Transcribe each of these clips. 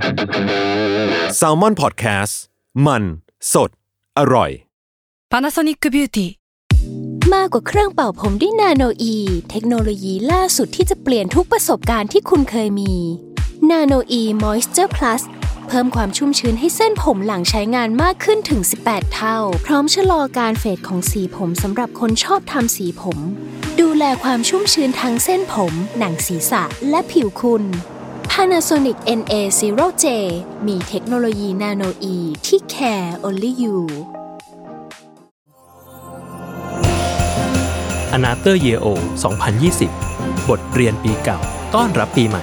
Salmon Podcast มันสดอร่อย Panasonic Beauty มากกว่าเครื่องเป่าผมด้วยนาโนอีเทคโนโลยีล่าสุดที่จะเปลี่ยนทุกประสบการณ์ที่คุณเคยมีนาโนอีมอยส์เจอร์พลัสเพิ่มความชุ่มชื้นให้เส้นผมหลังใช้งานมากขึ้นถึง18เท่าพร้อมชะลอการเฟดของสีผมสำหรับคนชอบทำสีผมดูแลความชุ่มชื้นทั้งเส้นผมหนังศีรษะและผิวคุณ Panasonic NA0J มีเทคโนโลยีนาโนอีที่ care only you Another Year O 2020 บทเรียนปีเก่าต้อนรับปีใหม่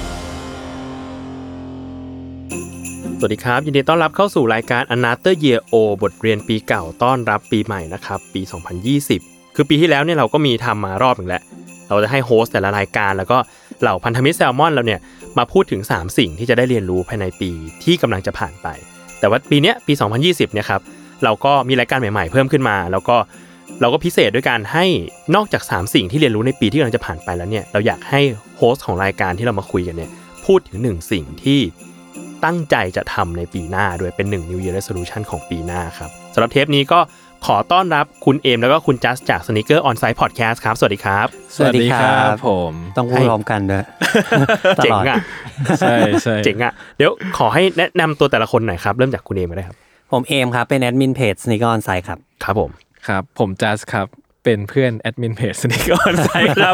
สวัสดีครับยินดีต้อนรับเข้าสู่รายการ Another Year O บทเรียนปีเก่าต้อนรับปีใหม่นะครับปี2020คือปีที่แล้วเนี่ยเราก็มีทำมารอบนึงแล้วเราจะให้โฮสต์แต่ละรายการแล้วก็เหล่าพันธมิตรแซลมอนเราเนี่ยมาพูดถึง3สิ่งที่จะได้เรียนรู้ภายในปีที่กำลังจะผ่านไปแต่ว่าปีเนี้ยปี2020เนี่ยครับเราก็มีรายการใหม่ๆเพิ่มขึ้นมาแล้วก็เราก็พิเศษด้วยการให้นอกจาก3สิ่งที่เรียนรู้ในปีที่กำลังจะผ่านไปแล้วเนี่ยเราอยากให้โฮสต์ของรายการที่เรามาคุยกันเนี่ยพูดถึง1สิ่งที่ตั้งใจจะทำในปีหน้าด้วยเป็น1 New Year Resolution ของปีหน้าครับสำหรับเทปนี้ก็ขอต้อนรับคุณเอมแล้วก็คุณจัสจาก Sneaker On Site Podcast ครับสวัสดีครับสวัสดีครับผมต้องพูดพร้อมกันด้วยเจ๋งอ่ะใช่ๆเจ๋งอ่ะเดี๋ยวขอให้แนะนำตัวแต่ละคนหน่อยครับเริ่มจากคุณเอมก็ได้ครับผมเอมครับเป็นแอดมินเพจ Sneaker On Site ครับครับผมครับผมจัสครับเป็นเพื่อนแอดมินเพจ Sneaker On Site ครับ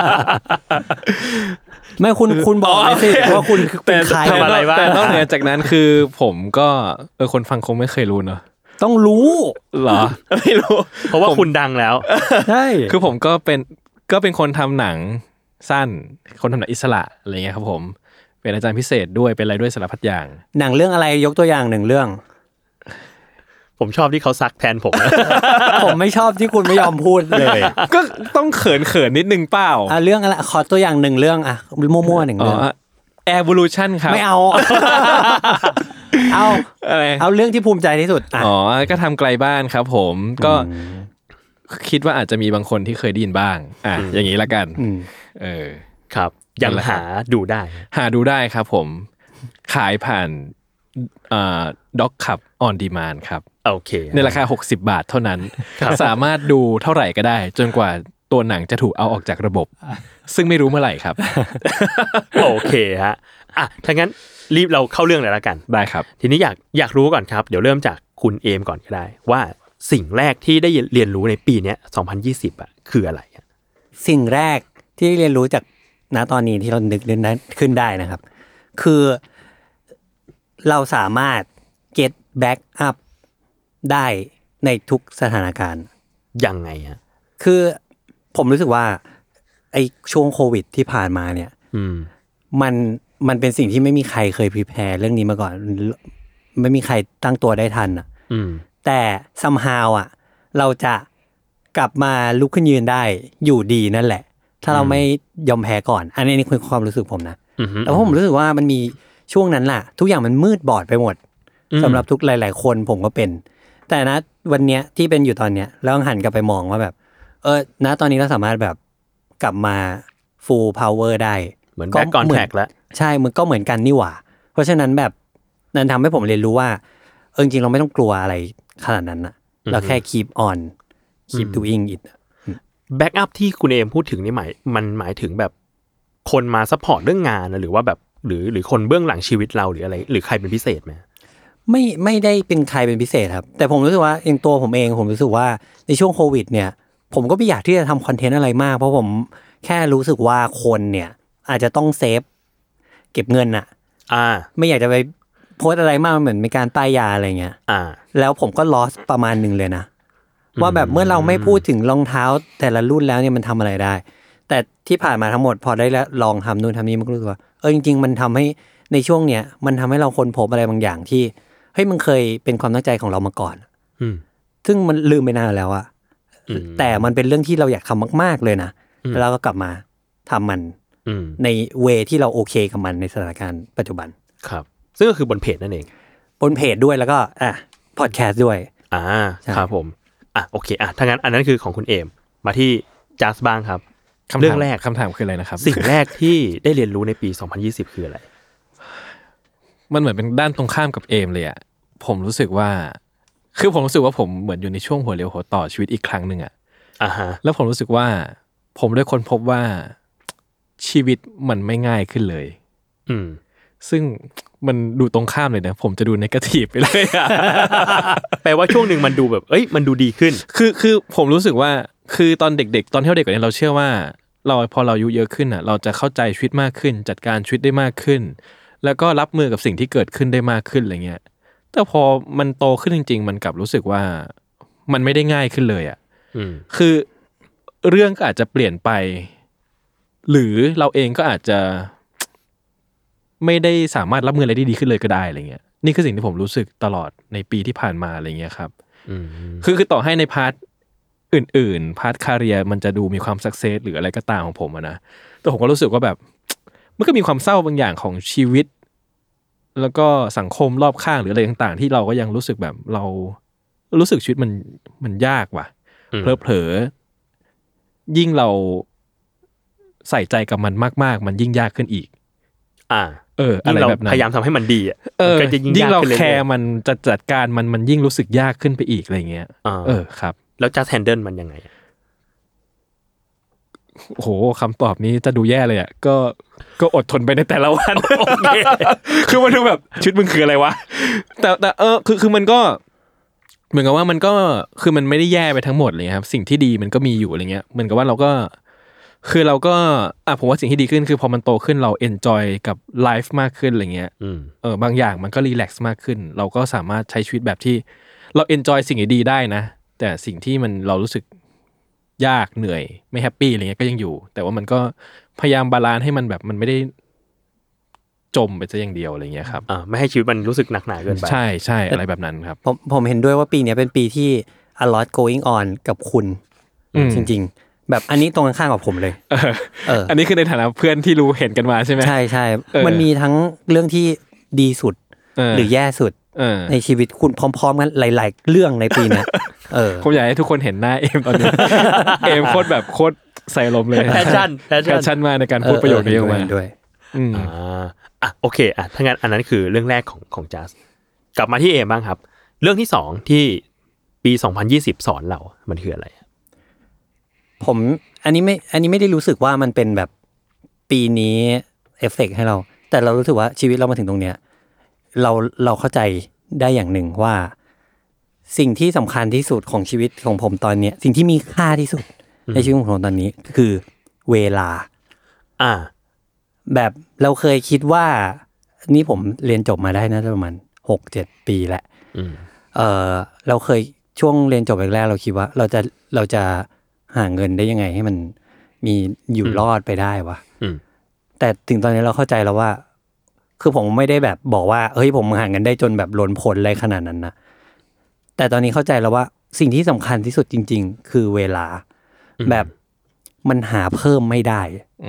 ไม่คุณบอกไม่สิว่าคุณเป็นใครทำอะไรบ้างแต่นอกเหนือจากนั้นคือผมก็คนฟังคงไม่เคยรู้เนาะต้องรู้เหรอไม่รู้เพราะว่าคุณดังแล้วใช่คือผมก็เป็นคนทำหนังสั้นคนทำหนังอิสระอะไรเงี้ยครับผมเป็นอาจารย์พิเศษด้วยเป็นอะไรด้วยสารพัดอย่างหนังเรื่องอะไรยกตัวอย่าง1เรื่องผมชอบที่เขาซักแทนผมผมไม่ชอบที่คุณไม่ยอมพูดเลยก็ต้องเขินนิดนึงเปล่าเรื่องอะไรขอตัวอย่าง1เรื่องอ่ะมั่วๆ1เรื่อง Evolution ครับไม่เอาอะไรเอาเรื่องที่ภูมิใจที่สุดก็ทำไกลบ้านครับผมก็คิดว่าอาจจะมีบางคนที่เคยได้ยินบ้างอย่างนี้ละกันครับยังหาดูได้ครับผมขายผ่านDog Club On Demand ครับโอเคในราคา60 บาทเท่านั้นสามารถดูเท่าไหร่ก็ได้จนกว่าตัวหนังจะถูกเอาออกจากระบบซึ่งไม่รู้เมื่อไหร่ครับโอเคฮะถ้างั้นรีบเราเข้าเรื่องเลยละกันได้ครับทีนี้อยากรู้ก่อนครับเดี๋ยวเริ่มจากคุณเอมก่อนก็ได้ว่าสิ่งแรกที่ได้เรียนรู้ในปีนี้2020คืออะไรสิ่งแรกที่เรียนรู้จากณตอนนี้ที่เรานึกขึ้นได้นะครับคือเราสามารถ get back up ได้ในทุกสถานการณ์ยังไงฮะคือผมรู้สึกว่าไอ้ช่วงโควิดที่ผ่านมาเนี่ยมันเป็นสิ่งที่ไม่มีใครเคยพรีแพร์เรื่องนี้มาก่อนไม่มีใครตั้งตัวได้ทันอ่ะแต่ somehow เราจะกลับมาลุกขึ้นยืนได้อยู่ดีนั่นแหละถ้าเราไม่ยอมแพ้ก่อนอันนี้คือความรู้สึกผมนะแต่ผมรู้สึกว่ามันมีช่วงนั้นล่ะทุกอย่างมันมืดบอดไปหมดสำหรับทุกหลายๆคนผมก็เป็นแต่นะวันเนี้ยที่เป็นอยู่ตอนเนี้ยแล้วหันกลับไปมองว่าแบบณตอนนี้เราสามารถแบบกลับมา full power ได้เหมือน back on track แล้วใช่มันก็เหมือนกันนี่หว่าเพราะฉะนั้นแบบนั้นทำให้ผมเรียนรู้ว่าจริงๆเราไม่ต้องกลัวอะไรขนาดนั้นนะเราแค่ keep on keep doing it back up ที่คุณเอมพูดถึงนี่หมายถึงแบบคนมาซัพพอร์ตเรื่องงานหรือว่าแบบหรือคนเบื้องหลังชีวิตเราหรืออะไรหรือใครเป็นพิเศษไหมไม่ได้เป็นใครเป็นพิเศษครับแต่ผมรู้สึกว่าอย่างตัวผมเองผมรู้สึกว่าในช่วงโควิดเนี่ยผมก็ไม่อยากที่จะทำคอนเทนต์อะไรมากเพราะผมแค่รู้สึกว่าคนเนี่ยอาจจะต้องเซฟเก็บเงินไม่อยากจะไปโพสอะไรมากเหมือนมีการป้ายยาอะไรเงี้ยแล้วผมก็ลอสประมาณนึงเลยนะว่าแบบเมื่อเราไม่พูดถึงรองเท้าแต่ละรุ่นแล้วเนี่ยมันทำอะไรได้แต่ที่ผ่านมาทั้งหมดพอได้ลองทำนู่นทำนี่มันก็รู้สึกว่าจริงๆมันทำให้ในช่วงเนี้ยมันทำให้เราค้นพบอะไรบางอย่างที่เฮ้ยมันเคยเป็นความตั้งใจของเรามาก่อนซึ่งมันลืมไปนานแล้วอะแต่มันเป็นเรื่องที่เราอยากทำมากๆเลยนะแล้วเราก็กลับมาทำมันในเวที่เราโอเคกับมันในสถานการณ์ปัจจุบันครับซึ่งก็คือบนเพจนั่นเองบนเพจด้วยแล้วก็พอดแคสต์ด้วยครับผมโอเคถ้างั้นอันนั้นคือของคุณเอมมาที่จัสบ้างครับเรื่องแรกคำถามคืออะไรนะครับสิ่งแรกที่ได้เรียนรู้ในปี2020คืออะไรมันเหมือนเป็นด้านตรงข้ามกับเอมเลยอ่ะผมรู้สึกว่าคือผมรู้สึกว่าผมเหมือนอยู่ในช่วงหัวเรียวหัวต่อชีวิตอีกครั้งนึงอ่ะฮะแล้วผมรู้สึกว่าผมได้ค้นพบว่าชีวิตมันไม่ง่ายขึ้นเลยซึ่งมันดูตรงข้ามเลยนะผมจะดูเนกาทีฟไปเลยอ่ะแปลว่าช่วงนึงมันดูแบบมันดูดีขึ้นคือผมรู้สึกว่าคือตอนเด็กๆตอนที่เราเด็กกว่านี้เราเชื่อว่าเราพอเราอายุเยอะขึ้นอ่ะเราจะเข้าใจชีวิตมากขึ้นจัดการชีวิตได้มากขึ้นแล้วก็รับมือกับสิ่งที่เกิดขึ้นได้มากขึ้นอะไรเงี้ยแต่พอมันโตขึ้นจริงๆมันกลับรู้สึกว่ามันไม่ได้ง่ายขึ้นเลยอ่ะคือเรื่องก็อาจจะเปลี่ยนไปหรือเราเองก็อาจจะไม่ได้สามารถรับมืออะไรได้ดีขึ้นเลยก็ได้อะไรเงี้ยนี่คือสิ่งที่ผมรู้สึกตลอดในปีที่ผ่านมาอะไรเงี้ยครับคือต่อให้ในพาร์ทอื่นๆพาร์ทคาเรียมันจะดูมีความสักเซสหรืออะไรก็ตามของผมนะแต่ผมก็รู้สึกว่าแบบมันก็มีความเศร้าบางอย่างของชีวิตแล้วก็สังคมรอบข้างหรืออะไรต่างๆที่เราก็ยังรู้สึกแบบเรารู้สึกชีวิตมันยากว่ะเผลอๆยิ่งเราใส่ใจกับมันมากๆมันยิ่งยากขึ้นอีกอะไรแบบนั้นพยายามทำให้มันดีอ่ะก็จะยิ่งเราแคร์มันจะจัดการมันยิ่งรู้สึกยากขึ้นไปอีกอะไรเงี้ยครับแล้วจะแฮนเดิลมันยังไงโอ้โหคำตอบนี้จะดูแย่เลยอ่ะก็อดทนไปในแต่ละวันคือมันดูแบบชีวิตมึงคืออะไรวะแต่คือมันก็เหมือนกับว่ามันก็คือมันไม่ได้แย่ไปทั้งหมดเลยครับสิ่งที่ดีมันก็มีอยู่อะไรเงี้ยเหมือนกับว่าเราก็ผมว่าสิ่งที่ดีขึ้นคือพอมันโตขึ้นเราเอนจอยกับไลฟ์มากขึ้นอะไรเงี้ยบางอย่างมันก็รีแลกซ์มากขึ้นเราก็สามารถใช้ชีวิตแบบที่เราเอนจอยสิ่งดีๆได้นะแต่สิ่งที่มันเรารู้สึกยากเหนื่อยไม่แฮปปี้อะไรเงี้ยก็ยังอยู่แต่ว่ามันก็พยายามบาลานซ์ให้มันแบบมันไม่ได้จมไปซะอย่างเดียวอะไรเงี้ยครับไม่ให้ชีวิตมันรู้สึกหนักหนาเกินไปใช่อะไรแบบนั้นครับผมเห็นด้วยว่าปีนี้เป็นปีที่ a lot going on กับคุณจริงๆแบบอันนี้ตรงข้างกับผมเลยอันนี้คือในฐานะเพื่อนที่รู้เห็นกันมาใช่ไหมใช่มันมีทั้งเรื่องที่ดีสุดหรือแย่สุดในชีวิตคุณพร้อมๆกันหลายๆเรื่องในปีนี้ผมอยากให้ทุกคนเห็นหน้าเอมตอนนี้ เอมโคตรแบบโคตรใส่ลมเลยแพชชั่นมากในการพูดประโยคนี้ออกมาด้วยโอเคถ้างั้นอันนั้นคือเรื่องแรกของจัสกลับมาที่เอมบ้างครับเรื่องที่2ที่ปี2020สอนเรามันคืออะไรผมอันนี้ไม่ได้รู้สึกว่ามันเป็นแบบปีนี้เอฟเฟกต์ให้เราแต่เรารู้สึกว่าชีวิตเรามาถึงตรงเนี้ยเราเข้าใจได้อย่างหนึ่งว่าสิ่งที่สำคัญที่สุดของชีวิตของผมตอนนี้สิ่งที่มีค่าที่สุดในชีวิตของผมตอนนี้คือเวลาแบบเราเคยคิดว่านี่ผมเรียนจบมาได้นะประมาณ 6-7 ปีแล้วเราเคยช่วงเรียนจบแรกๆเราคิดว่าเราจะหาเงินได้ยังไงให้มันมีอยู่รอดไปได้วะแต่ถึงตอนนี้เราเข้าใจแล้วว่าคือผมไม่ได้แบบบอกว่าเฮ้ยผมหาเงินได้จนแบบล้นพ้นอะไรขนาดนั้นนะแต่ตอนนี้เข้าใจแล้วว่าสิ่งที่สำคัญที่สุดจริงๆคือเวลาแบบมันหาเพิ่มไม่ได้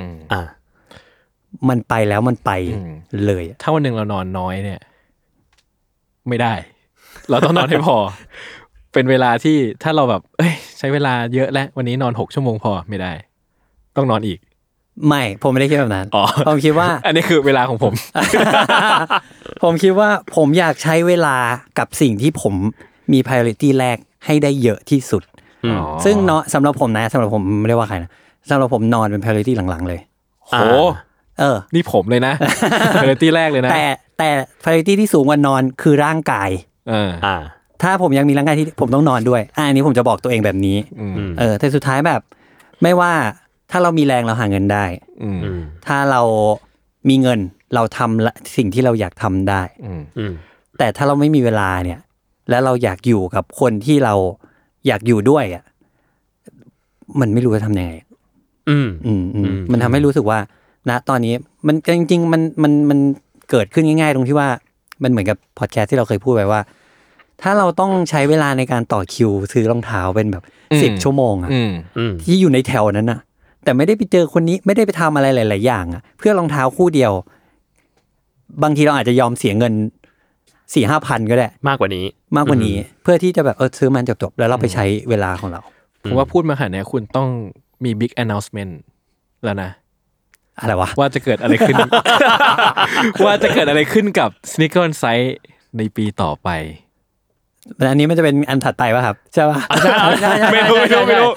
มันไปแล้วมันไปเลยถ้าวันหนึ่งเรานอนน้อยเนี่ยไม่ได้เราต้องนอนให้พอเป็นเวลาที่ถ้าเราแบบใช้เวลาเยอะแล้ววันนี้นอน6 ชั่วโมงพอไม่ได้ต้องนอนอีกไม่ผมไม่ได้คิดแบบนั้นผมคิดว่าอันนี้คือเวลาของผมผมคิดว่าผมอยากใช้เวลากับสิ่งที่ผมมี priority แรกให้ได้เยอะที่สุดซึ่งเนาะสำหรับผมนะสำหรับผมไม่ได้ว่าใครนะสำหรับผมนอนเป็น priority หลังๆเลยโอ้นี่ผมเลยนะ priority แรกเลยนะแต่ priority ที่สูงกว่านอนคือร่างกายถ้าผมยังมีร่างกายที่ผมต้องนอนด้วยอันนี้ผมจะบอกตัวเองแบบนี้แต่สุดท้ายแบบไม่ว่าถ้าเรามีแรงเราหาเงินได้ถ้าเรามีเงินเราทำสิ่งที่เราอยากทำได้แต่ถ้าเราไม่มีเวลาเนี่ยแล้วเราอยากอยู่กับคนที่เราอยากอยู่ด้วยอ่ะมันไม่รู้จะทำยังไงมันทำให้รู้สึกว่าณตอนนี้มันจริงๆมันเกิดขึ้นง่ายๆตรงที่ว่ามันเหมือนกับพอดแคสต์ที่เราเคยพูดไปว่าถ้าเราต้องใช้เวลาในการต่อคิวซื้อรองเท้าเป็นแบบ10 ชั่วโมงอ่ะที่อยู่ในแถวนั้นน่ะแต่ไม่ได้ไปเจอคนนี้ไม่ได้ไปทำอะไรหลายๆอย่างอ่ะเพื่อรองเท้าคู่เดียวบางทีเราอาจจะยอมเสียเงิน 4-5 พันก็ได้มากกว่านี้เพื่อที่จะแบบซื้อมันจบๆแล้วเราไปใช้เวลาของเราผมว่าพูดมาขนาดนี้คุณต้องมี big announcement แล้วนะอะไรวะว่าจะเกิดอะไรขึ้น ว่าจะเกิดอะไรขึ้นกับ Sneaker On Site ในปีต่อไปอันนี้มันจะเป็นอันถัดไปป่ะครับใช่ป่ะไม่รู้ใช่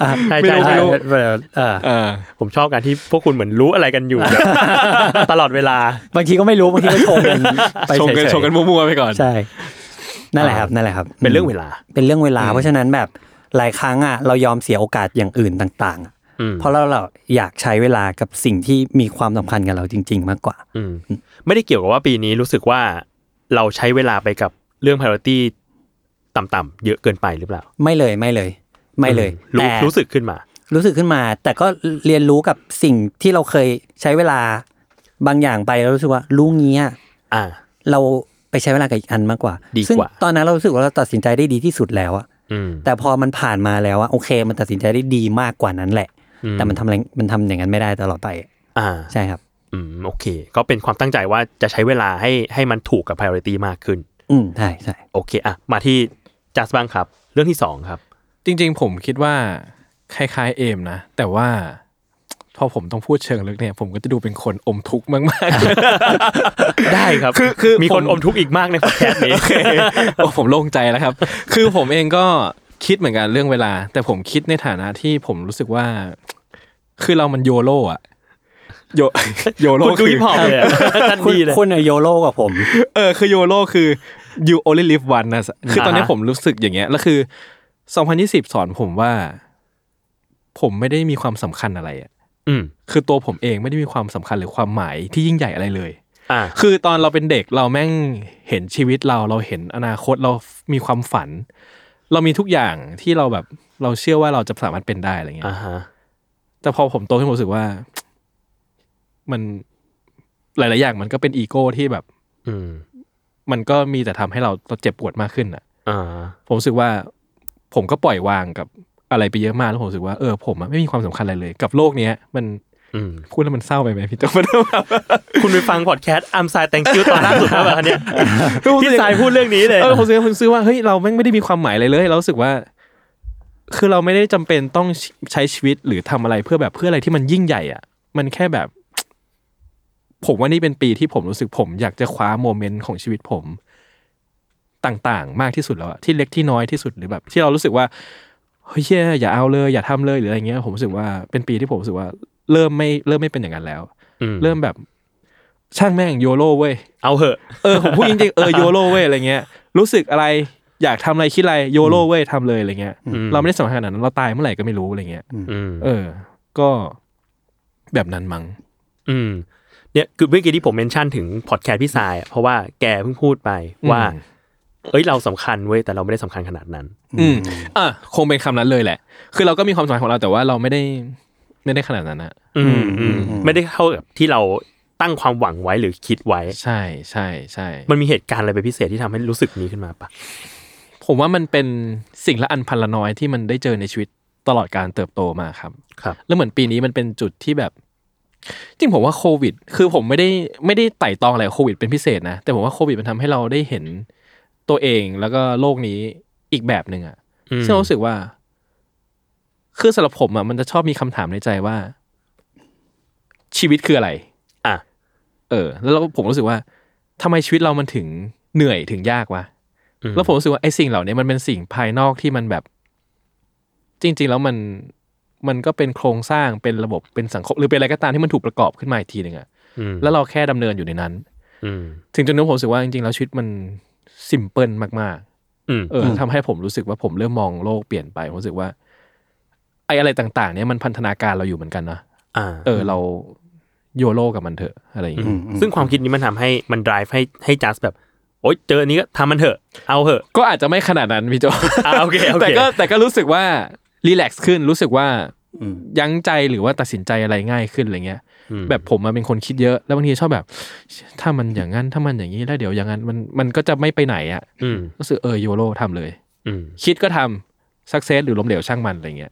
ผมชอบการที่พวกคุณเหมือนรู้อะไรกันอยู่ตลอดเวลาบางทีก็ไม่รู้บางทีก็ชงกันไปชงกันมั่วๆไปก่อนใช่นั่นแหละครับเป็นเรื่องเวลาเพราะฉะนั้นแบบหลายครั้งอ่ะเรายอมเสียโอกาสอย่างอื่นต่างๆเพราะเราอยากใช้เวลากับสิ่งที่มีความสำคัญกับเราจริงๆมากกว่าไม่ได้เกี่ยวกับว่าปีนี้รู้สึกว่าเราใช้เวลาไปกับเรื่อง priority ต่ำๆเยอะเกินไปหรือเปล่าไม่เลยแต่รู้สึกขึ้นมาแต่ก็เรียนรู้กับสิ่งที่เราเคยใช้เวลาบางอย่างไปแล้วรู้สึกว่ารู้งี้เราไปใช้เวลากับอีกอันมากกว่าซึ่งตอนนั้นเรารู้สึกว่าเราตัดสินใจได้ดีที่สุดแล้วอะแต่พอมันผ่านมาแล้วอะโอเคมันตัดสินใจได้ดีมากกว่านั้นแหละแต่มันทำอย่างนั้นไม่ได้ตลอดไปใช่ครับโอเคก็เป็นความตั้งใจว่าจะใช้เวลาให้มันถูกกับ priority มากขึ้นใช่โอเคมาที่จัสบ้างครับเรื่องที่2ครับจริงๆผมคิดว่าคล้ายๆเอมนะแต่ว่าพอผมต้องพูดเชิงลึกเนี่ยผมก็จะดูเป็นคนอมทุกข์มากๆได้ครับคือมีคนอมทุกข์อีกมากในพอดแคสต์นี้โอ้ผมโล่งใจแล้วครับคือผมเองก็คิดเหมือนกันเรื่องเวลาแต่ผมคิดในฐานะที่ผมรู้สึกว่าคือเรามันโยโร่อะโยโร่คือฮิปฮอปเลยคุณโยโร่กับผมคือโยโร่คือ you only live one นะคือตอนนี้ผมรู้สึกอย่างเงี้ยแล้วคือ2020สอนผมว่าผมไม่ได้มีความสำคัญอะไรอ่ะคือตัวผมเองไม่ได้มีความสำคัญหรือความหมายที่ยิ่งใหญ่อะไรเลยคือตอนเราเป็นเด็กเราแม่งเห็นชีวิตเราเห็นอนาคตเรามีความฝันเรามีทุกอย่างที่เราแบบเราเชื่อว่าเราจะสามารถเป็นได้อะไรเงี้ยแต่พอผมโตขึ้นผมรู้สึกว่ามันหลายๆอย่างมันก็เป็นอีโก้ที่แบบมันก็มีแต่ทำให้เราเจ็บปวดมากขึ้นอ่ะผมรู้สึกว่าผมก็ปล่อยวางกับอะไรไปเยอะมากแล้วผมรู้สึกว่าผมไม่มีความสำคัญอะไรเลยกับโลกนี้มันพูดแล้วมันเศร้าไปไหมพี่ตุ๊กคุณไปฟังพอดแคสต์อัมไซด์ thank you ตอนล่าสุดแล้วแบบนี้พี่สายพูดเรื่องนี้เลยผมรู้สึกว่าเฮ้ยเราไม่ได้มีความหมายอะไรเลยเรารู้สึกว่าคือเราไม่ได้จำเป็นต้องใช้ชีวิตหรือทำอะไรเพื่ออะไรที่มันยิ่งใหญ่อ่ะมันแค่แบบผมว่านี่เป็นปีที่ผมรู้สึกผมอยากจะคว้าโมเมนต์ของชีวิตผมต่างๆมากที่สุดแล้วอะที่เล็กที่น้อยที่สุดหรือแบบที่เรารู้สึกว่าเฮ้ยอย่าเอาเลยอย่าทำเลยหรืออะไรเงี้ยผมรู้สึกว่าเป็นปีที่ผมรู้สึกว่าเริ่มไม่เป็นอย่างนั้นแล้วเริ่มแบบช่างแม่งโยโร่เว้ยเอาเหอะผมพูดจริงๆโยโร่เว้ยอะไรเงี้ยรู้สึกอะไรอยากทำอะไรคิดอะไรโยโร่เว้ยทำเลยอะไรเงี้ยเราไม่ได้สำคัญขนาดนั้นเราตายเมื่อไหร่ก็ไม่รู้อะไรเงี้ยก็แบบนั้นมั้งเนี่ยคือเมื่อกี้ที่ผมเมนชั่นถึงพอดแคสต์พี่สายเพราะว่าแกเพิ่งพูดไปว่าเราสำคัญเว้ยแต่เราไม่ได้สำคัญขนาดนั้นคงเป็นคำนั้นเลยแหละคือเราก็มีความสำคัญของเราแต่ว่าเราไม่ได้ขนาดนั้นนะไม่ได้เท่ากับที่เราตั้งความหวังไว้หรือคิดไว้ใช่ใช่ใช่มันมีเหตุการณ์อะไรเป็นพิเศษที่ทำให้รู้สึกนี้ขึ้นมาปะผมว่ามันเป็นสิ่งละอันพันละน้อยที่มันได้เจอในชีวิตตลอดการเติบโตมาครับแล้วเหมือนปีนี้มันเป็นจุดที่แบบจริงผมว่าโควิดคือผมไม่ได้ไต่ตองอะไรโควิดเป็นพิเศษนะแต่ผมว่าโควิดมันทำให้เราได้เห็นตัวเองแล้วก็โลกนี้อีกแบบนึงอ่ะซึ่งรู้สึกว่าคือสำหรับผมอ่ะมันจะชอบมีคำถามในใจว่าชีวิตคืออะไรแล้วผมรู้สึกว่าทำไมชีวิตเรามันถึงเหนื่อยถึงยากวะแล้วผมรู้สึกว่าไอ้สิ่งเหล่านี้มันเป็นสิ่งภายนอกที่มันแบบจริงๆแล้วมันก็เป็นโครงสร้างเป็นระบบเป็นสังคมหรือเป็นอะไรก็ตามที่มันถูกประกอบขึ้นมาอีกทีนึงอ่ะแล้วเราแค่ดำเนินอยู่ในนั้นถึงจนนั้นผมรู้สึกว่าจริงๆแล้วชีวิตมันซิมเพิลมากๆทำให้ผมรู้สึกว่าผมเริ่มมองโลกเปลี่ยนไปผมรู้สึกว่าไอ้อะไรต่างๆเนี่ยมันพันธนาการเราอยู่เหมือนกันนะเราโยโร่กับมันเถอะอะไรอย่างเงี้ยซึ่งความคิดนี้มันทำให้มัน drive ให้ just แบบโอ๊ยเจออันนี้ก็ทำมันเถอะเอาเถอะก็อาจจะไม่ขนาดนั้นพี่โจโอเคแต่ก็รู้สึกว่ารีแลกซ์ขึ้นรู้สึกว่ายั้งใจหรือว่าตัดสินใจอะไรง่ายขึ้นอะไรเงี้ยแบบผมมาเป็นคนคิดเยอะแล้วบางทีชอบแบบถ้ามันอย่างนั้นถ้ามันอย่างนี้แล้วเดี๋ยวอย่างนั้นมันก็จะไม่ไปไหนอ่ะรู้สึกโยโร่ทำเลยคิดก็ทำซักเซสหรือล้มเหลวช่างมันอะไรเงี้ย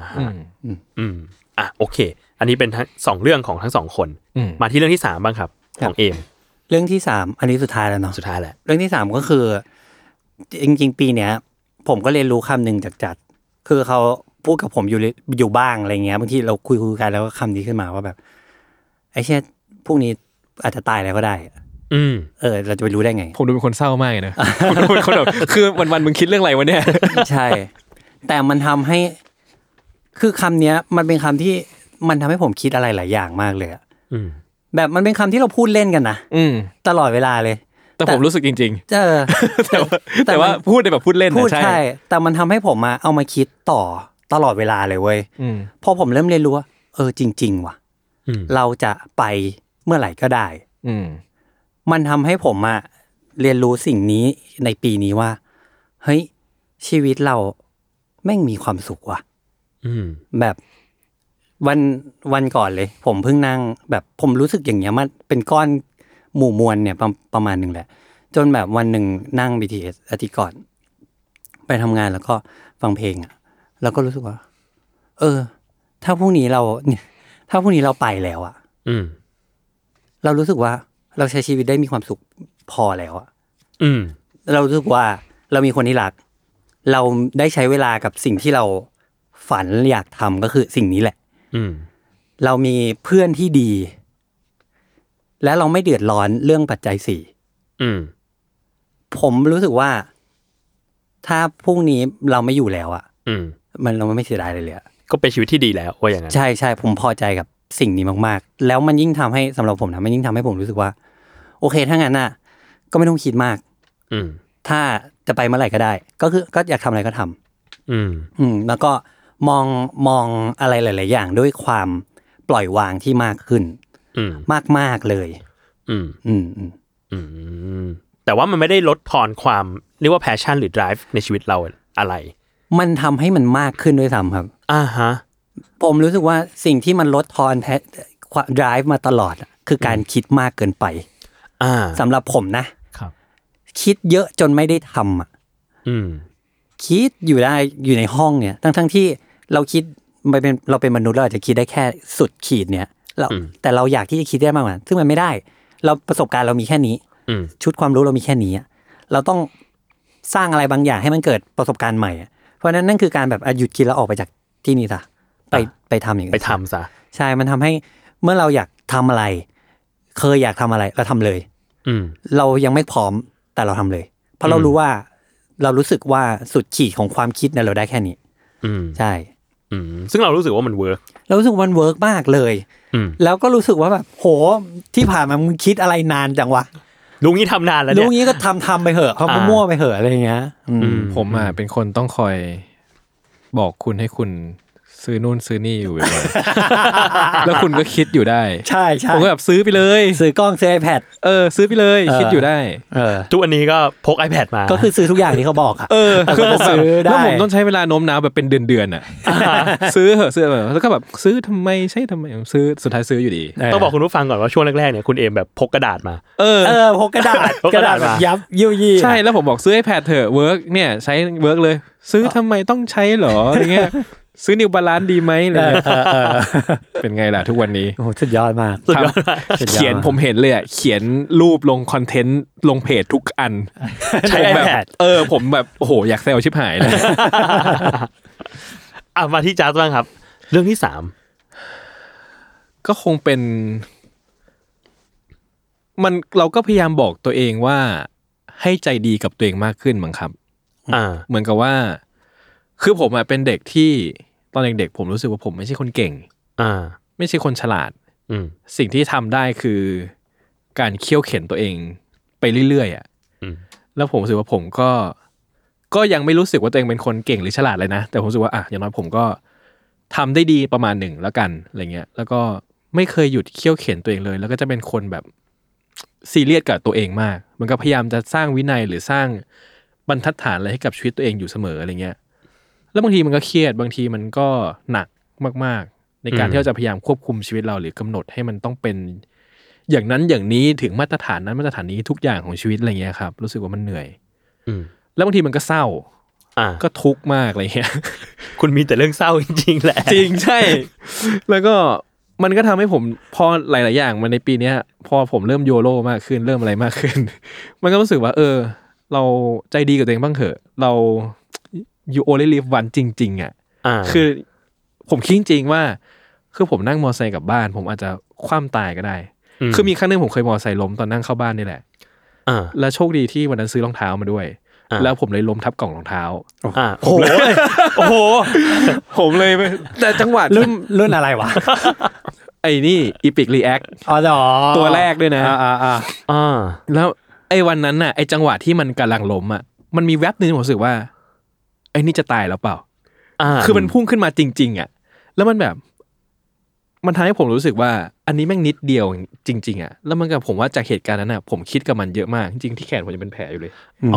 โอเคอันนี้เป็นทั้ง2เรื่องของทั้ง2คนมาที่เรื่องที่3บ้างครับของเอมเรื่องที่3อันนี้สุดท้ายแล้วเนาะสุดท้ายแหละเรื่องที่3ก็คือจริงๆปีเนี้ยผมก็เรียนรู้คำนึงจากจัดคือเขาพูดกับผมอยู่บ้างอะไรเงี้ยบางทีเราคุยกันแล้วก็คำนี้ขึ้นมาว่าแบบไอ้เช่นพวกนี้อาจจะตายแล้วก็ได้เราจะไปรู้ได้ไงผมดูเป็นคนเศร้ามากนะ ผมดูเป็นคนแบบคือวันๆมึงคิดเรื่องอะไรวะเนี่ยใช่แต่มันทำให้คือคำเนี้ยมันเป็นคำที่มันทำให้ผมคิดอะไรหลายอย่างมากเลยอะแบบมันเป็นคำที่เราพูดเล่นกันนะตลอดเวลาเลยแต่ผมรู้สึกจริงๆแต่ว่าพูดแบบพูดเล่นนะใช่แต่มันทำให้ผมมาเอามาคิดต่อตลอดเวลาเลยเว้ยพอผมเริ่มเรียนรู้ว่าจริงๆว่ะเราจะไปเมื่อไหร่ก็ได้มันทำให้ผมอะเรียนรู้สิ่งนี้ในปีนี้ว่าเฮ้ยชีวิตเราแม่งมีความสุขว่ะแบบวันก่อนเลยผมเพิ่งนั่งแบบผมรู้สึกอย่างเงี้ยมันเป็นก้อนหมู่มวลเนี่ยประมาณนึงแหละจนแบบวันหนึ่งนั่ง BTS อาทิตย์ก่อนไปทำงานแล้วก็ฟังเพลงอ่ะแล้วก็รู้สึกว่าถ้าพรุ่งนี้เราไปแล้วอ่ะเรารู้สึกว่าเราใช้ชีวิตได้มีความสุขพอแล้วอ่ะเรารู้สึกว่าเรามีคนที่รักเราได้ใช้เวลากับสิ่งที่เราฝันอยากทำก็คือสิ่งนี้แหละเรามีเพื่อนที่ดีและเราไม่เดือดร้อนเรื่องปัจจัยสี่ผมรู้สึกว่าถ้าพรุ่งนี้เราไม่อยู่แล้วอ่ะเราไม่เสียดายเลยก็เป็นชีวิตที่ดีแล้วว่าอย่างนั้นใช่ใช่ผมพอใจกับสิ่งนี้มากๆแล้วมันยิ่งทำให้สำหรับผมนะมันยิ่งทำให้ผมรู้สึกว่าโอเคถ้างั้นน่ะก็ไม่ต้องคิดมากถ้าจะไปเมื่อไหร่ก็ได้ก็อยากทำอะไรก็ทำแล้วก็มองอะไรหลายๆอย่างด้วยความปล่อยวางที่มากขึ้นมากๆเลยแต่ว่ามันไม่ได้ลดทอนความเรียกว่า passion หรือ drive ในชีวิตเราอะไรมันทำให้มันมากขึ้นด้วยซ้ำครับฮะผมรู้สึกว่าสิ่งที่มันลดทอนdrive มาตลอดคือการคิดมากเกินไปสำหรับผมนะครับคิดเยอะจนไม่ได้ทำคิดอยู่ในห้องเนี่ยทั้งที่เราคิดเราเป็นมนุษย์เราอาจจะคิดได้แค่สุดขีดเนี่ยแต่เราอยากที่จะคิดได้มากกว่าซึ่งมันไม่ได้เราประสบการณ์เรามีแค่นี้ชุดความรู้เรามีแค่นี้เราต้องสร้างอะไรบางอย่างให้มันเกิดประสบการณ์ใหม่เพราะนั้นนั่นคือการแบบหยุดคิดแล้วออกไปจากที่นี่ซะไปทำอย่างอื่นไปทำซะใช่มันทำให้เมื่อเราอยากทำอะไรเคยอยากทำอะไรเราทำเลยเรายังไม่พร้อมแต่เราทำเลยเพราะเรารู้ว่าเรารู้สึกว่าสุดขีดของความคิดเนี่ยเราได้แค่นี้ใช่ซึ่งเรารู้สึกว่ามันเวิร์กเรารู้สึกว่ามันเวิร์กมากเลยแล้วก็รู้สึกว่าแบบโหที่ผ่านมามึงคิดอะไรนานจังวะลุงนี้ทำนานแล้วเนี่ยลุงนี้ก็ทำไปเหอะเขามั่วไปเหอะอะไรอย่างเงี้ยผมเป็นคนต้องคอยบอกคุณให้คุณซื้อนู่นซื้อนี่อยู่บ่อยๆแล้วคุณก็คิดอยู่ได้ใช่ๆผมก็แบบซื้อไปเลยซื้อกล้องซื้อ iPad ซื้อไปเลยคิดอยู่ได้ทุกวันนี้ก็พก iPad มาก็คือซื้อทุกอย่างที่เขาบอกคือผมซื้อได้แล้วผมต้องใช้เวลาโน้มน้าวแบบเป็นเดือนๆซื้อเหอะซื้อแล้วก็แบบซื้อทำไมซื้อสุดท้ายซื้ออยู่ดีต้องบอกคุณผู้ฟังก่อนว่าช่วงแรกๆเนี่ยคุณเอมแบบพกกระดาษมาพกกระดาษแบบยับยุ่ยใช่แล้วผมบอกซื้อ iPad เถอะเวิร์กเนี่ยใช้เวิร์กเลยซื้อทำไมต้องใช้หรออะไรเงี้ยซื้อนิวบาลานซ์ดีไหมเลยเป็นไงล่ะทุกวันนี้โอ้สุดยอดมากเขียนผมเห็นเลยเขียนรูปลงคอนเทนต์ลงเพจทุกอันใช้แบบผมแบบโอ้โหอยากแซวชิบหายเลยมาที่จ๊าซบ้างครับเรื่องที่3 ก็คงเป็นเราก็พยายามบอกตัวเองว่าให้ใจดีกับตัวเองมากขึ้นมั้งครับเหมือนกับว่าคือผมเป็นเด็กที่ตอนเด็กๆผมรู้สึกว่าผมไม่ใช่คนเก่งไม่ใช่คนฉลาดสิ่งที่ทำได้คือการเคี่ยวเข็นตัวเองไปเรื่อยๆแล้วผมรู้สึกว่าผมก็ยังไม่รู้สึกว่าตัวเองเป็นคนเก่งหรือฉลาดเลยนะแต่ผมรู้สึกว่าอย่างน้อยผมก็ทำได้ดีประมาณหนึ่งแล้วกันอะไรเงี้ยแล้วก็ไม่เคยหยุดเคี่ยวเข็นตัวเองเลยแล้วก็จะเป็นคนแบบซีเรียสกับตัวเองมากมันก็พยายามจะสร้างวินัยหรือสร้างบรรทัดฐานอะไรให้กับชีวิตตัวเองอยู่เสมออะไรเงี้ยแล้วบางทีมันก็เครียดบางทีมันก็หนักมากๆในการที่เราจะพยายามควบคุมชีวิตเราหรือกำหนดให้มันต้องเป็นอย่างนั้นอย่างนี้ถึงมาตรฐานนั้นมาตรฐานนี้ทุกอย่างของชีวิตอะไรเงี้ยครับรู้สึกว่ามันเหนื่อยแล้วบางทีมันก็เศร้าก็ทุกข์มากอะไรเงี้ยคุณมีแต่เรื่องเศร้าจริงๆแหละจริงใช่แล้วก็มันก็ทำให้ผมพอหลายๆอย่างมาในปีนี้พอผมเริ่มโยโร่มากขึ้นเริ่มอะไรมากขึ้นมันก็รู้สึกว่าเราใจดีกับตัวเองบ้างเถอะเราyou only live one จริงๆคือผมคิดจริงๆว่าคือผมนั่งมอเตอร์ไซค์กลับบ้านผมอาจจะคว่ำตายก็ได้คือมีครั้งนึงผมเคยมอเตอร์ไซค์ล้มตอนนั่งเข้าบ้านนี่แหละแล้วโชคดีที่วันนั้นซื้อรองเท้ามาด้วยแล้วผมเลยล้มทับกล่องรองเท้าโอ้โหโอ้โหผมเลยแต่จังหวะรุ่นอะไรวะไอ้นี่ Epic React ตัวแรกด้วยนะแล้วไอ้วันนั้นน่ะไอ้จังหวะที่มันกำลังล้มอ่ะมันมีแวบนึงผมรู้สึกว่าไอ้นี่จะตายแล้วเปล่าคือมันพุ่งขึ้นมาจริงๆอ่ะแล้วมันแบบมันทำให้ผมรู้สึกว่าอันนี้แม่งนิดเดียวจริงๆอ่ะแล้วมันกับผมว่าจากเหตุการณ์นั้นน่ะผมคิดกับมันเยอะมากจริงๆที่แขนผมจะเป็นแผลอยู่เลย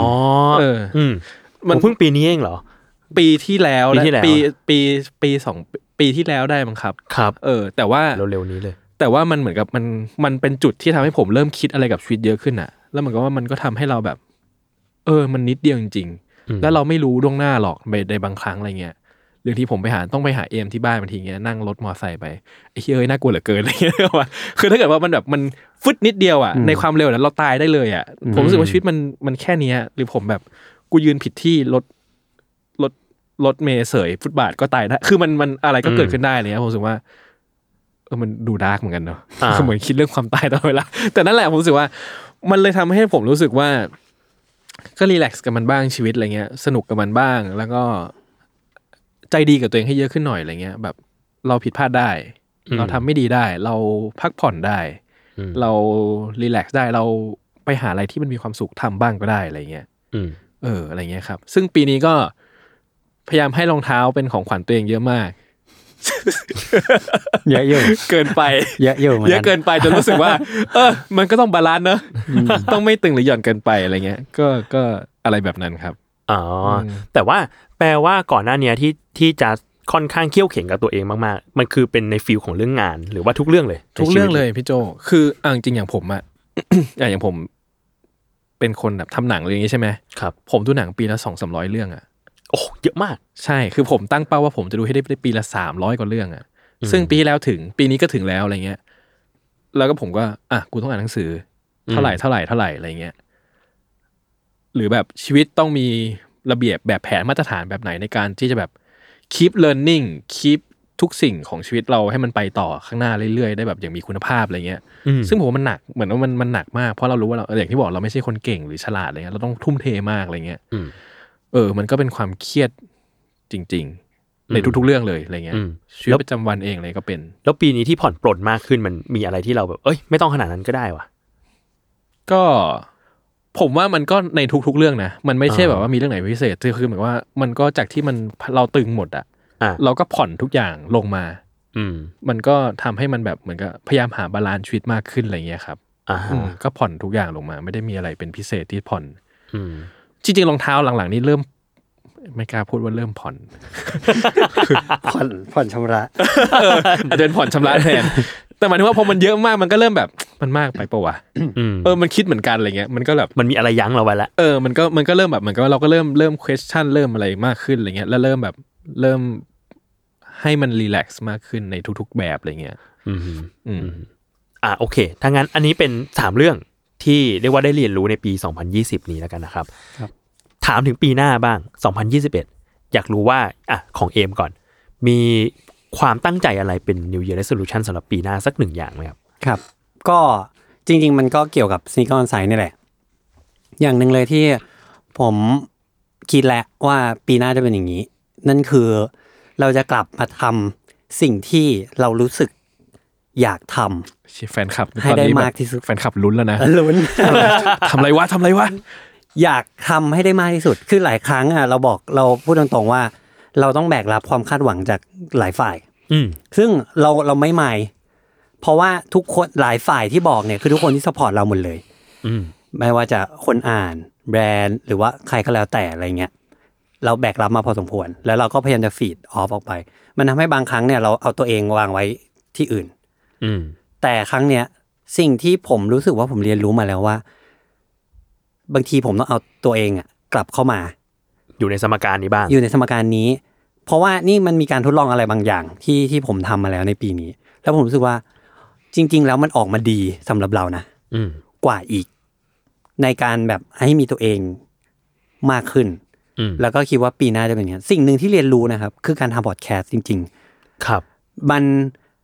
มันเพิ่งปีนี้เองเหรอปีที่แล้วปี2 ปีที่แล้วได้มั้งครับแต่ว่าเร็วๆนี้เลยแต่ว่ามันเหมือนกับมันเป็นจุดที่ทำให้ผมเริ่มคิดอะไรกับชีวิตเยอะขึ้นอ่ะแล้วมันก็ว่ามันก็ทำให้เราแบบมันนิดเดียวจริงๆแล้วเราไม่รู้ล่วงหน้าหรอกในบางครั้งอะไรเงี้ยเรื่องที่ผมต้องไปหาเอมที่บ้านบางทีเงี้ยนั่งรถมอไซค์ไปไอ้เฮ้ยน่ากลัวเหลือเกินอะไรเงี้ยคือถ้าเกิดว่ามันแบบมันฟึดนิดเดียวอ่ะในความเร็วนั้นเราตายได้เลยอ่ะผมรู้สึกว่าชีวิตมันแค่นี้หรือผมแบบกูยืนผิดที่รถเมล์เสยฟุตบาทก็ตายได้คือมันอะไรก็เกิดขึ้นได้เลยผมรู้สึกว่ามันดูดาร์กเหมือนกันเนาะเหมือนคิดเรื่องความตายตลอดเวลาแต่นั่นแหละผมรู้สึกว่ามันเลยทำให้ผมรู้สึกว่าก็รีแลกซ์กับมันบ้างชีวิตอะไรเงี้ยสนุกกับมันบ้างแล้วก็ใจดีกับตัวเองให้เยอะขึ้นหน่อยอะไรเงี้ยแบบเราผิดพลาดได้เราทำไม่ดีได้เราพักผ่อนได้เรารีแลกซ์ได้เราไปหาอะไรที่มันมีความสุขทำบ้างก็ได้อะไรเงี้ยอะไรเงี้ยครับซึ่งปีนี้ก็พยายามให้รองเท้าเป็นของขวัญตัวเองเยอะมากเยอะอยู่เกินไปเยอะอยู่เยอะเกินไปจนรู้สึกว่ามันก็ต้องบาลานซ์เนอะต้องไม่ตึงหรือหย่อนเกินไปอะไรเงี้ยก็อะไรแบบนั้นครับแต่ว่าแปลว่าก่อนหน้านี้ที่จะค่อนข้างเขี้ยวเข็งกับตัวเองมากๆมันคือเป็นในฟีลของเรื่องงานหรือว่าทุกเรื่องเลยทุกเรื่องเลยพี่โจคือจริงอย่างผมอะ อย่างผมเป็นคนแบบทำหนังอะไรอย่างงี้ใช่ไหมครับผมดูหนังปีละ 200-300 เรื่องอะโอ้เยอะมากใช่คือผมตั้งเป้าว่าผมจะดูให้ได้ปีละ300กว่าเรื่องอะซึ่งปีที่แล้วถึงปีนี้ก็ถึงแล้วอะไรเงี้ยแล้วก็ผมก็กูต้องอ่านหนังสือเท่าไหร่อะไรเงี้ยหรือแบบชีวิตต้องมีระเบียบแบบแผนมาตรฐานแบบไหนในการที่จะแบบ keep learning keep ทุกสิ่งของชีวิตเราให้มันไปต่อข้างหน้าเรื่อยๆได้แบบอย่างมีคุณภาพอะไรเงี้ยซึ่งผมว่ามันหนักเหมือนว่ามันหนักมากเพราะเรารู้ว่าเราอย่างที่บอกเราไม่ใช่คนเก่งหรือฉลาดอะไรเงี้ยเราต้องทุ่มเทมากอะไรเงี้ยมันก็เป็นความเครียดจริงๆในทุกๆเรื่องเลยอะไรเงี้ยชีวิตประจำวันเองอะไรก็เป็นแล้วปีนี้ที่ผ่อนปลนมากขึ้นมันมีอะไรที่เราแบบไม่ต้องขนาดนั้นก็ได้วะก็ผมว่ามันก็ในทุกๆเรื่องนะมันไม่ใช่แบบว่ามีเรื่องไหนพิเศษคือเหมือนว่ามันก็จากที่มันเราตึงหมดอ่ะเราก็ผ่อนทุกอย่างลงมามันก็ทำให้มันแบบเหมือนกับพยายามหาบาลานซ์ชีวิตมากขึ้นอะไรเงี้ยครับก็ผ่อนทุกอย่างลงมาไม่ได้มีอะไรเป็นพิเศษที่ผ่อนจริงๆรองเท้าหลังๆนี่เริ่มไม่กล้าพูดว่าเริ่มผ่อนผ่อนชำระอาจจะเป็นผ่อนชำระแทนแต่หมายถึงว่าพอมันเยอะมากมันก็เริ่มแบบมันมากไปปะวะมันคิดเหมือนกันอะไรเงี้ยมันก็แบบมันมีอะไรยั้งเราไว้แล้วมันก็เริ่มแบบเหมือนกับเราก็เริ่ม question เริ่มอะไรมากขึ้นอะไรเงี้ยแล้วเริ่มให้มันรีแลกซ์มากขึ้นในทุกๆแบบอะไรเงี้ยโอเคถ้างั้นอันนี้เป็น3เรื่องที่เรียกว่าได้เรียนรู้ในปี2020นี้แล้วกันนะครับถามถึงปีหน้าบ้าง2021อยากรู้ว่าของเอมก่อนมีความตั้งใจอะไรเป็น New Year Resolution สำหรับปีหน้าสัก1อย่างมั้ยครับครับก็จริงๆมันก็เกี่ยวกับ Sneaker On Site นี่แหละอย่างนึงเลยที่ผมคิดแล้วว่าปีหน้าจะเป็นอย่างนี้นั่นคือเราจะกลับมาทำสิ่งที่เรารู้สึกอยากทำแฟนคลับให้ได้มากที่สุดแฟนคลับลุ้นแล้วนะลุ้นทำอะไรวะอยากทำให้ได้มากที่สุดคือหลายครั้งเราพูดตรงๆว่าเราต้องแบกรับความคาดหวังจากหลายฝ่ายซึ่งเราไม่หมายเพราะว่าทุกคนหลายฝ่ายที่บอกเนี่ยคือทุกคนที่ซัพพอร์ตเราหมดเลยไม่ว่าจะคนอ่านแบรนด์หรือว่าใครก็แล้วแต่อะไรเงี้ยเราแบกรับมาพอสมควรแล้วเราก็พยายามจะฟีดออฟออกไปมันทำให้บางครั้งเนี่ยเราเอาตัวเองวางไว้ที่อื่นแต่ครั้งเนี้ยสิ่งที่ผมรู้สึกว่าผมเรียนรู้มาแล้วว่าบางทีผมต้องเอาตัวเองกลับเข้ามาอยู่ในสมการนี้บ้างอยู่ในสมการนี้เพราะว่านี่มันมีการทดลองอะไรบางอย่างที่ผมทำมาแล้วในปีนี้แล้วผมรู้สึกว่าจริงๆแล้วมันออกมาดีสำหรับเรานะกว่าอีกในการแบบให้มีตัวเองมากขึ้นแล้วก็คิดว่าปีหน้าจะเป็นอย่างนี้สิ่งหนึ่งที่เรียนรู้นะครับคือการทำพอดแคสต์จริงๆครับมัน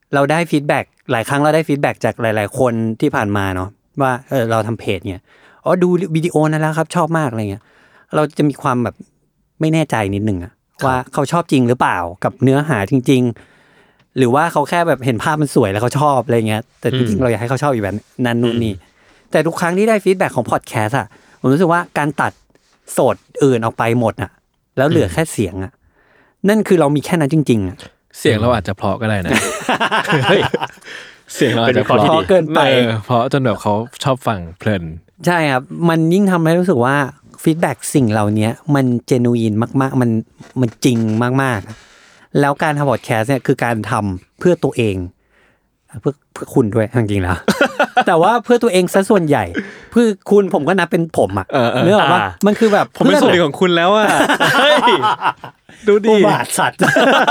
เราได้ฟีดแบ็กหลายครั้งเราได้ฟีดแบ็กจากหลายๆคนที่ผ่านมาเนาะว่าเราทำเพจเนี่ยดูวิดีโอนั้นแล้วครับชอบมากอะไรเงี้ยเราจะมีความแบบไม่แน่ใจนิดนึงอะว่าเขาชอบจริงหรือเปล่ากับเนื้อหาจริงๆหรือว่าเขาแค่แบบเห็นภาพมันสวยแล้วเขาชอบอะไรเงี้ยแต่จริงๆเราอยากให้เขาชอบอีกแบบนั้นนู่นนี่แต่ทุกครั้งที่ได้ฟีดแบ็กของพอดแคสต์อะผมรู้สึกว่าการตัดโสดอื่นออกไปหมดอะแล้วเหลือแค่เสียงอะนั่นคือเรามีแค่นั้นจริงๆอะเสียงเราอาจจะเพราะก็ได้นะเสียงเราอาจจะเพราะเกินไปเพราะจนแบบเขาชอบฟังเพลินใช่ครับมันยิ่งทำให้รู้สึกว่าฟีดแบ็กสิ่งเหล่านี้มันเจนูอินมากๆมันจริงมากๆแล้วการทำพอดแคสต์เนี่ยคือการทำเพื่อตัวเองเพื่อคุณด้วยจริงๆแล้วแต่ว่าเพื่อตัวเองซะส่วนใหญ่เพื่อคุณผมก็นับเป็นผมอ่ะเนื่องว่ามันคือแบบผมเป็นส่วนหนึ่งของคุณแล้วอ่ะดูดิบาทสัตว์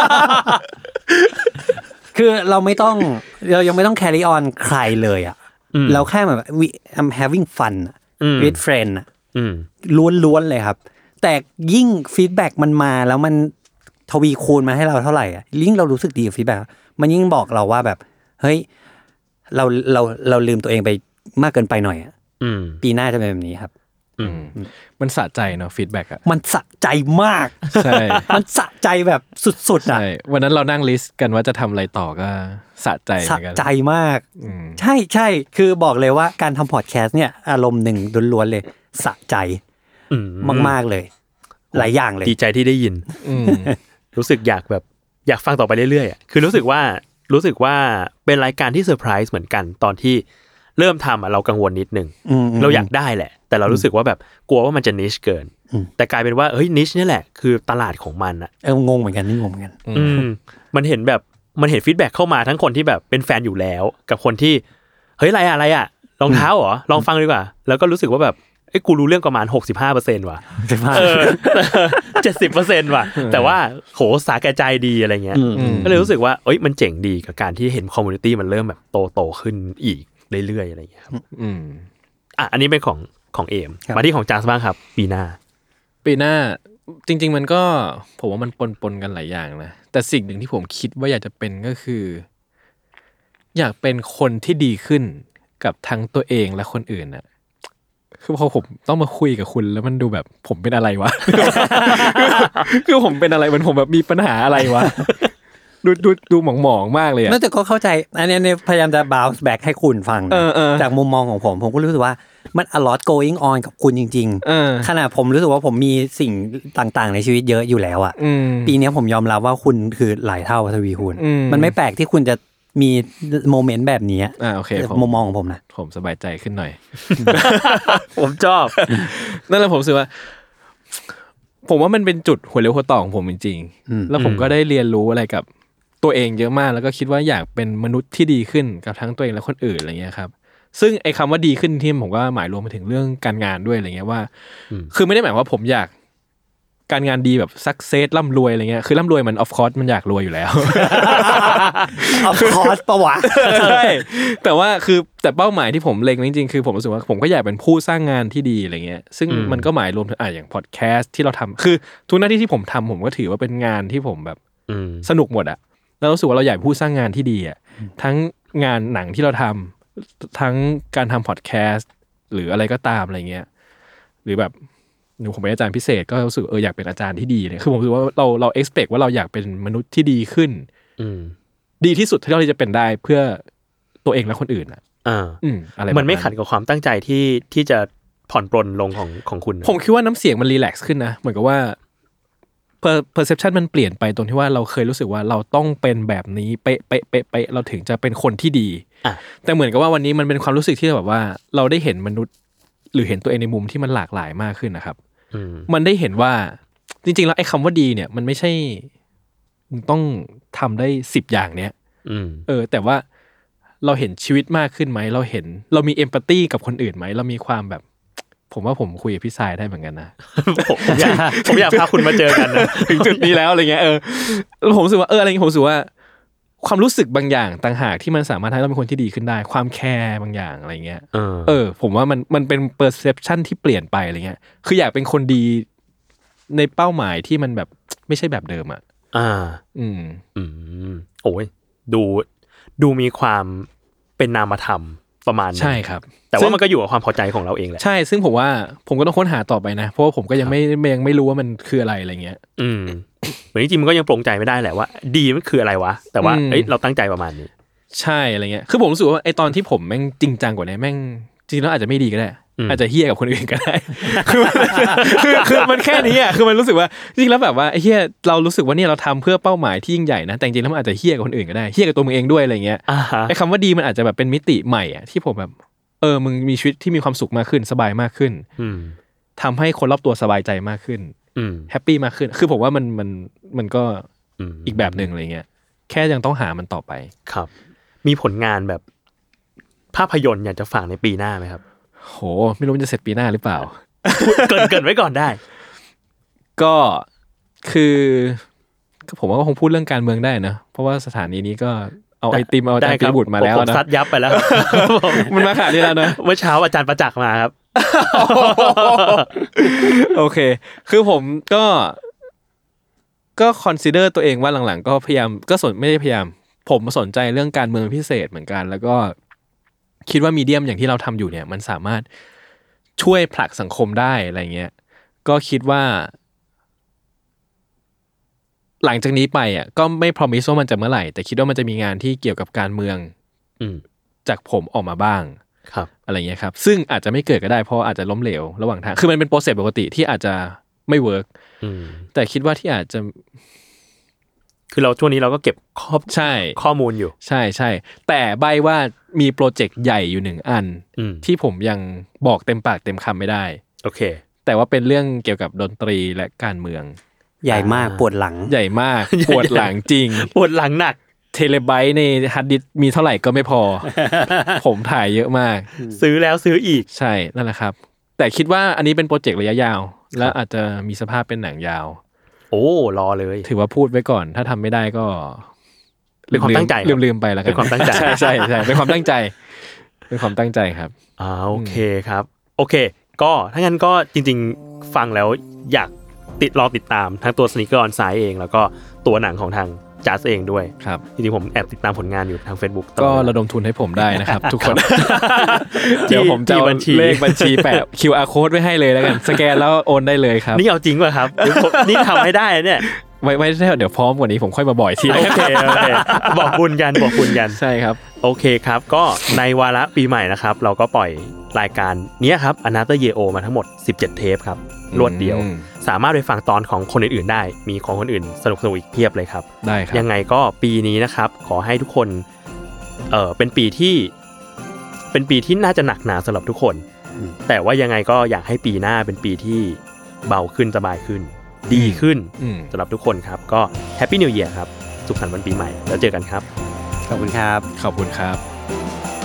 คือเรายังไม่ต้อง carry on ใครเลยอ่ะเราแค่แบบ I'm having fun with friend อ่ะล้วนๆเลยครับแต่ยิ่งฟีดแบ็กมันมาแล้วมันทวีคูณมาให้เราเท่าไหร่อ่ะยิ่งเรารู้สึกดีกับฟีดแบ็กมันยิ่งบอกเราว่าแบบเฮ้ยเราลืมตัวเองไปมากเกินไปหน่อยอ่ะปีหน้าจะเป็นแบบนี้ครับมันสะใจเนาะฟีดแบ็กอ่ะมันสะใจมากใช่มันสะใจแบบสุดๆอ่ะใช่วันนั้นเรานั่งลิสต์กันว่าจะทำอะไรต่อก็สะใจเหมือนกันสะใจมากใช่คือบอกเลยว่าการทำพอดแคสต์เนี่ยอารมณ์หนึ่งล้วนๆเลยสะใจมากๆเลยหลายอย่างเลยดีใจที่ได้ยินรู้สึกอยากฟังต่อไปเรื่อยๆคือรู้สึกว่าเป็นรายการที่เซอร์ไพรส์เหมือนกันตอนที่เริ่มทำเรากังวลนิดนึงเราอยากได้แหละแต่เรารู้สึกว่าแบบกลัวว่ามันจะนิชเกินแต่กลายเป็นว่าเฮ้ยนิชนี่แหละคือตลาดของมันอ่ะงงเหมือนกันนี่งงเหมือนกันมันเห็นฟีดแบ็กเข้ามาทั้งคนที่แบบเป็นแฟนอยู่แล้วกับคนที่เฮ้ยอะไรอ่ะรองเท้าเหรอลองฟังดีกว่าแล้วก็รู้สึกว่าแบบไอ้กูรู้เรื่องประมาณ 65% ว่ะ70% ว่ะแต่ว่าโหสาแก่ใจดีอะไรเงี้ยก็เลยรู้สึกว่าเอ้ยมันเจ๋งดีกับการที่เห็นคอมมูนิตี้มันเริ่มแบบโตขึ้นอีกเรื่อยๆอะไรเงี้ยครับอันนี้เป็นของเอมมาที่ของจางบ้างครับปีหน้าจริงๆมันก็ผมว่ามันปนกันหลายอย่างนะแต่สิ่งหนึ่งที่ผมคิดว่าอยากจะเป็นก็คืออยากเป็นคนที่ดีขึ้นกับทั้งตัวเองและคนอื่นน่ะคือพอผมต้องมาคุยกับคุณแล้วมันดูแบบผมเป็นอะไรวะ คือผมเป็นอะไรมันผมแบบมีปัญหาอะไรวะดูหมองๆมากเลยอ่ะแต่ก็เข้าใจอันนี้พยายามจะ bounce back ให้คุณฟังจากมุมมองของผมก็รู้สึกว่ามัน a lot going on กับคุณจริงๆขณะผมรู้สึกว่าผมมีสิ่งต่างๆในชีวิตเยอะอยู่แล้วอ่ะปีนี้ผมยอมรับว่าคุณคือหลายเท่าทวีคูณมันไม่แปลกที่คุณจะมีโมเมนต์แบบนี้โอเคมุมมองของผมนะผมสบายใจขึ้นหน่อยผมชอบนั่นแหละผมรู้สึกว่าผมว่ามันเป็นจุดหัวเลี้ยวหัวต่อของผมจริงๆแล้วผมก็ได้เรียนรู้อะไรกับตัวเองเยอะมากแล้วก็คิดว่าอยากเป็นมนุษย์ที่ดีขึ้นกับทั้งตัวเองและคนอื่นอะไรเงี้ยครับซึ่งไอ้คำว่าดีขึ้นที่ผมก็หมายรวมไปถึงเรื่องการงานด้วยอะไรเงี้ยว่าคือไม่ได้หมายว่าผมอยากการงานดีแบบซักเซสร่ำรวยอะไรเงี้ยคือร่ำรวยมัน of course มันอยากรวยอยู่แล้ว of course ปะวะใช่แต่ว่าคือแต่เป้าหมายที่ผมเล็งจริงๆคือผมรู้สึกว่าผมก็อยากเป็นผู้สร้างงานที่ดีอะไรเงี้ยซึ่งมันก็หมายรวมถึงอย่างพอดแคสต์ที่เราทำคือทุกหน้าที่ที่ผมทำผมก็ถือว่าเป็นงานที่ผมแบบสนุกหมดอะแล้วรู้สึกว่าเราอยากผู้สร้างงานที่ดีอะทั้งงานหนังที่เราทำทั้งการทำพอดแคสต์หรืออะไรก็ตามอะไรเงี้ยหรือแบบผมเป็นอาจารย์พิเศษก็รู้สึกอยากเป็นอาจารย์ที่ดีเลยคือผมรู้สึกว่าเรา expect ว่าเราอยากเป็นมนุษย์ที่ดีขึ้นดีที่สุดเท่าที่จะเป็นได้เพื่อตัวเองและคนอื่นอะไรมันไม่ขัดกับความตั้งใจที่จะผ่อนปลนลงของคุณผมคิดว่าน้ำเสียงมันรีแลกซ์ขึ้นนะเหมือนกับว่าperception มันเปลี่ยนไปตรงที่ว่าเราเคยรู้สึกว่าเราต้องเป็นแบบนี้เป๊ะเราถึงจะเป็นคนที่ดีแต่เหมือนกับว่าวันนี้มันเป็นความรู้สึกที่แบบว่าเราได้เห็นมนุษย์หรือเห็นตัวเองในมุมที่มันหลากหลายมากขึ้นนะครับมันได้เห็นว่าจริงๆแล้วไอ้คำว่าดีเนี่ยมันไม่ใช่ต้องทำได้10อย่างเนี้ยแต่ว่าเราเห็นชีวิตมากขึ้นไหมเรามีเอมพัตตีกับคนอื่นไหมเรามีความแบบผมว่าผมคุยกับพี่ชายได้เหมือนกันนะผมอยากพาคุณมาเจอกันนะถึงจุดนี้แล้วอะไรเงี้ยผมรู้สึกว่าอะไรเงี้ยผมรู้สึกว่าความรู้สึกบางอย่างต่างหากที่มันสามารถทำให้เราเป็นคนที่ดีขึ้นได้ความแคร์บางอย่างอะไรเงี้ยผมว่ามันเป็น perception ที่เปลี่ยนไปอะไรเงี้ยคืออยากเป็นคนดีในเป้าหมายที่มันแบบไม่ใช่แบบเดิมอ่ะโอ้ยดูมีความเป็นนามธรรมประมาณนึงใช่ครับแต่ว่ามันก็อยู่กับความพอใจของเราเองแหละใช่ซึ่งผมว่าผมก็ต้องค้นหาต่อไปนะเพราะว่าผมก็ยังไม่รู้ว่ามันคืออะไรอะไรเงี้ยเหมือนจริงๆมันก็ยังปรงใจไม่ได้แหละว่าดีมันคืออะไรวะแต่ว่าเราตั้งใจประมาณนี้ใช่อะไรเงี้ยคือผมรู้สึกว่าไอตอนที่ผมแม่งจริงจังกว่านี้แม่งจริงแล้วอาจจะไม่ดีก็ได้อาจจะเฮี้ยกับคนอื่นก็ได้คือมันแค่นี้อ่ะคือมันรู้สึกว่าจริงแล้วแบบว่าไอ้เฮี้ยเรารู้สึกว่าเนี่ยเราทำเพื่อเป้าหมายที่ยิ่งใหญ่นะแต่จริงแล้วมันอาจจะเฮี้ยกับคนอื่นก็ได้เฮี้ยกับตัวมึงเองด้วยอะไรเงี้ยไอ้คำว่าดีมันอาจจะแบบเป็นมิติใหม่อ่ะที่ผมแบบมึงมีชีวิตที่มีความสุขมากขึ้นสบายมากขึ้นทำให้คนรอบตัวสบายใจมากขึ้นแฮปปี้มากขึ้นคือผมว่ามันก็อีกแบบนึงอะไรเงี้ยแค่ยังต้องหามันต่อไปครับมีผลงานแบบภาพยนตร์อยากจะฝากในปีหน้าไหมครับโหไม่รู้มันจะเสร็จปีหน้าหรือเปล่าเกินไว้ก่อนได้ก็คือผมว่าก็คงพูดเรื่องการเมืองได้นะเพราะว่าสถานีนี้ก็เอาไอติมเอาอาจารย์ปีบุตรมาแล้วนะผมซัดยับไปแล้วมันมาขนาดนี้แล้วนะเมื่อเช้าอาจารย์ประจักษ์มาครับโอเคคือผมก็คอนซิเดอร์ตัวเองว่าหลังๆก็พยายามก็ไม่ได้พยายามผมสนใจเรื่องการเมืองพิเศษเหมือนกันแล้วก็คิดว่ามีเดียมอย่างที่เราทำอยู่เนี่ยมันสามารถช่วยผลักสังคมได้อะไรเงี้ยก็คิดว่าหลังจากนี้ไปอ่ะก็ไม่ promise ว่ามันจะเมื่อไหร่แต่คิดว่ามันจะมีงานที่เกี่ยวกับการเมืองจากผมออกมาบ้างอะไรเงี้ยครับซึ่งอาจจะไม่เกิดก็ได้เพราะอาจจะล้มเหลวระหว่างทางคือมันเป็นโปรเซสปกติที่อาจจะไม่เวิร์กแต่คิดว่าที่อาจจะคือเราช่วงนี้เราก็เก็บข้อมูลอยู่ใช่แต่ใบว่ามีโปรเจกต์ใหญ่อยู่1อันที่ผมยังบอกเต็มปากเต็มคำไม่ได้โอเคแต่ว่าเป็นเรื่องเกี่ยวกับดนตรีและการเมืองใหญ่มากปวดหลังใหญ่มากปวดหลังจริงปวดหลังหนักเทเลไบต์ในฮาร์ดดิสก์มีเท่าไหร่ก็ไม่พอ ผมถ่ายเยอะมากซื้อแล้วซื้ออีกใช่นั่นแหละครับแต่คิดว่าอันนี้เป็นโปรเจกต์ระยะยาวและอาจจะมีสภาพเป็นหนังยาวโอ้รอเลยถือว่าพูดไว้ก่อนถ้าทำไม่ได้ก็เป็นความตั้งใจลืมไปแล้วกันเป็นความตั้งใจใช่เป็นความตั้งใจเป็นความตั้งใจครับโอเคครับโอเคก็ถ้างั้นก็จริงๆฟังแล้วอยากรอติดตามทั้งตัว Sneaker On Site เองแล้วก็ตัวหนังของทางจัสเองด้วยครับจริงๆผมแอบติดตามผลงานอยู่ทาง Facebook ก็ระดมทุนให้ผมได้นะครับทุกคนเดี๋ยวผมจะเลขบัญชีแปะ QR code ไว้ให้เลยแล้วกันสแกนแล้วโอนได้เลยครับนี่เอาจริงป่ะครับนี่ทำให้ได้เนี่ยไว้เดี๋ยวพร้อมกว่านี้ผมค่อยมาบ่อยทีโอเคบอกบุญกันใช่ครับโอเคครับก็ในวาระปีใหม่นะครับเราก็ปล่อยรายการนี้ครับ Another Year O มาทั้งหมด17เทปครับรวดเดียวสามารถไปฟังตอนของคนอื่นๆได้มีของคนอื่นสนุกอีกเพียบเลยครับได้ครับยังไงก็ปีนี้นะครับขอให้ทุกคนเป็นปีที่น่าจะหนักหนาสำหรับทุกคนแต่ว่ายังไงก็อยากให้ปีหน้าเป็นปีที่เบาขึ้นสบายขึ้นดีขึ้นสำหรับทุกคนครับก็แฮปปี้นิวเยียร์ครับสุขสันต์วันปีใหม่แล้วเจอกันครับขอบคุณครับขอบคุณครับ